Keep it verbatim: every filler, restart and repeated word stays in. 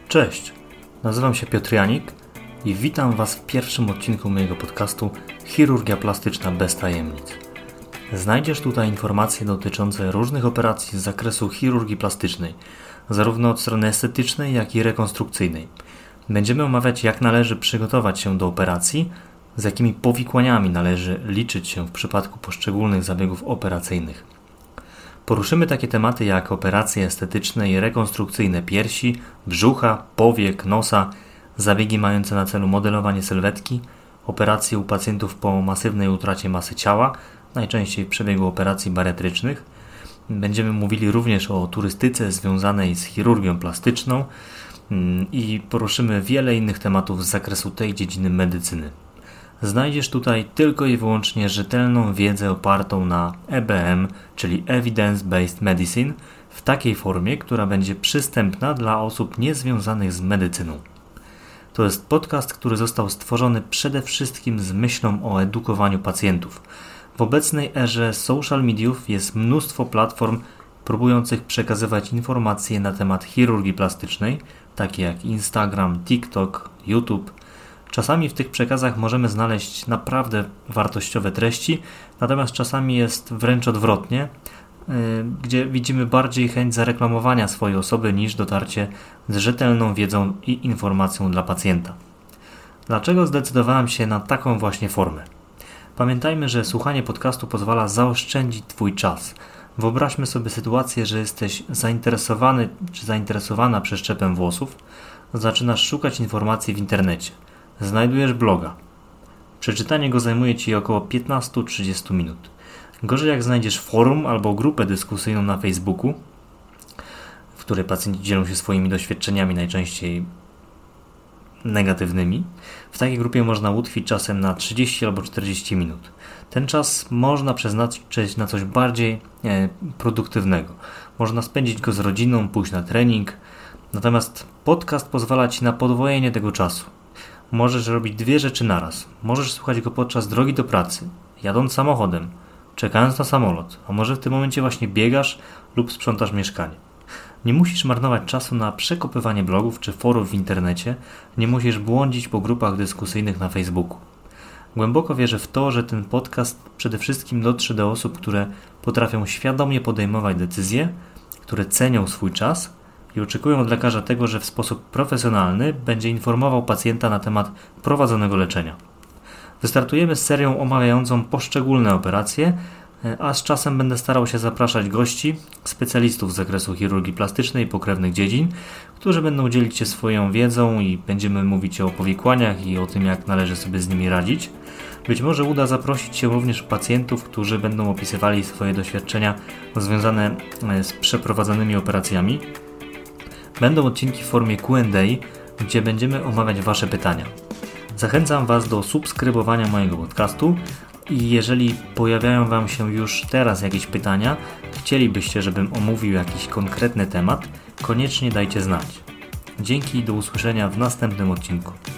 Cześć, nazywam się Piotr Janik i witam Was w pierwszym odcinku mojego podcastu Chirurgia Plastyczna bez tajemnic. Znajdziesz tutaj informacje dotyczące różnych operacji z zakresu chirurgii plastycznej, zarówno od strony estetycznej, jak i rekonstrukcyjnej. Będziemy omawiać, jak należy przygotować się do operacji, z jakimi powikłaniami należy liczyć się w przypadku poszczególnych zabiegów operacyjnych. Poruszymy takie tematy jak operacje estetyczne i rekonstrukcyjne piersi, brzucha, powiek, nosa, zabiegi mające na celu modelowanie sylwetki, operacje u pacjentów po masywnej utracie masy ciała, najczęściej w przebiegu operacji bariatrycznych. Będziemy mówili również o turystyce związanej z chirurgią plastyczną i poruszymy wiele innych tematów z zakresu tej dziedziny medycyny. Znajdziesz tutaj tylko i wyłącznie rzetelną wiedzę opartą na E B M, czyli Evidence Based Medicine, w takiej formie, która będzie przystępna dla osób niezwiązanych z medycyną. To jest podcast, który został stworzony przede wszystkim z myślą o edukowaniu pacjentów. W obecnej erze social mediów jest mnóstwo platform próbujących przekazywać informacje na temat chirurgii plastycznej, takie jak Instagram, TikTok, YouTube. Czasami w tych przekazach możemy znaleźć naprawdę wartościowe treści, natomiast czasami jest wręcz odwrotnie, yy, gdzie widzimy bardziej chęć zareklamowania swojej osoby niż dotarcie z rzetelną wiedzą i informacją dla pacjenta. Dlaczego zdecydowałem się na taką właśnie formę? Pamiętajmy, że słuchanie podcastu pozwala zaoszczędzić Twój czas. Wyobraźmy sobie sytuację, że jesteś zainteresowany czy zainteresowana przeszczepem włosów, zaczynasz szukać informacji w internecie. Znajdujesz bloga. Przeczytanie go zajmuje Ci około piętnaście do trzydziestu minut. Gorzej jak znajdziesz forum albo grupę dyskusyjną na Facebooku, w której pacjenci dzielą się swoimi doświadczeniami, najczęściej negatywnymi. W takiej grupie można utkwić czasem na trzydzieści albo czterdzieści minut. Ten czas można przeznaczyć na coś bardziej e, produktywnego. Można spędzić go z rodziną, pójść na trening. Natomiast podcast pozwala Ci na podwojenie tego czasu. Możesz robić dwie rzeczy naraz. Możesz słuchać go podczas drogi do pracy, jadąc samochodem, czekając na samolot, a może w tym momencie właśnie biegasz lub sprzątasz mieszkanie. Nie musisz marnować czasu na przekopywanie blogów czy forów w internecie, nie musisz błądzić po grupach dyskusyjnych na Facebooku. Głęboko wierzę w to, że ten podcast przede wszystkim dotrze do osób, które potrafią świadomie podejmować decyzje, które cenią swój czas i oczekują od lekarza tego, że w sposób profesjonalny będzie informował pacjenta na temat prowadzonego leczenia. Wystartujemy z serią omawiającą poszczególne operacje, a z czasem będę starał się zapraszać gości, specjalistów z zakresu chirurgii plastycznej i pokrewnych dziedzin, którzy będą dzielić się swoją wiedzą i będziemy mówić o powikłaniach i o tym, jak należy sobie z nimi radzić. Być może uda zaprosić się również pacjentów, którzy będą opisywali swoje doświadczenia związane z przeprowadzanymi operacjami. Będą odcinki w formie Q and A, gdzie będziemy omawiać Wasze pytania. Zachęcam Was do subskrybowania mojego podcastu i jeżeli pojawiają Wam się już teraz jakieś pytania, chcielibyście, żebym omówił jakiś konkretny temat, koniecznie dajcie znać. Dzięki i do usłyszenia w następnym odcinku.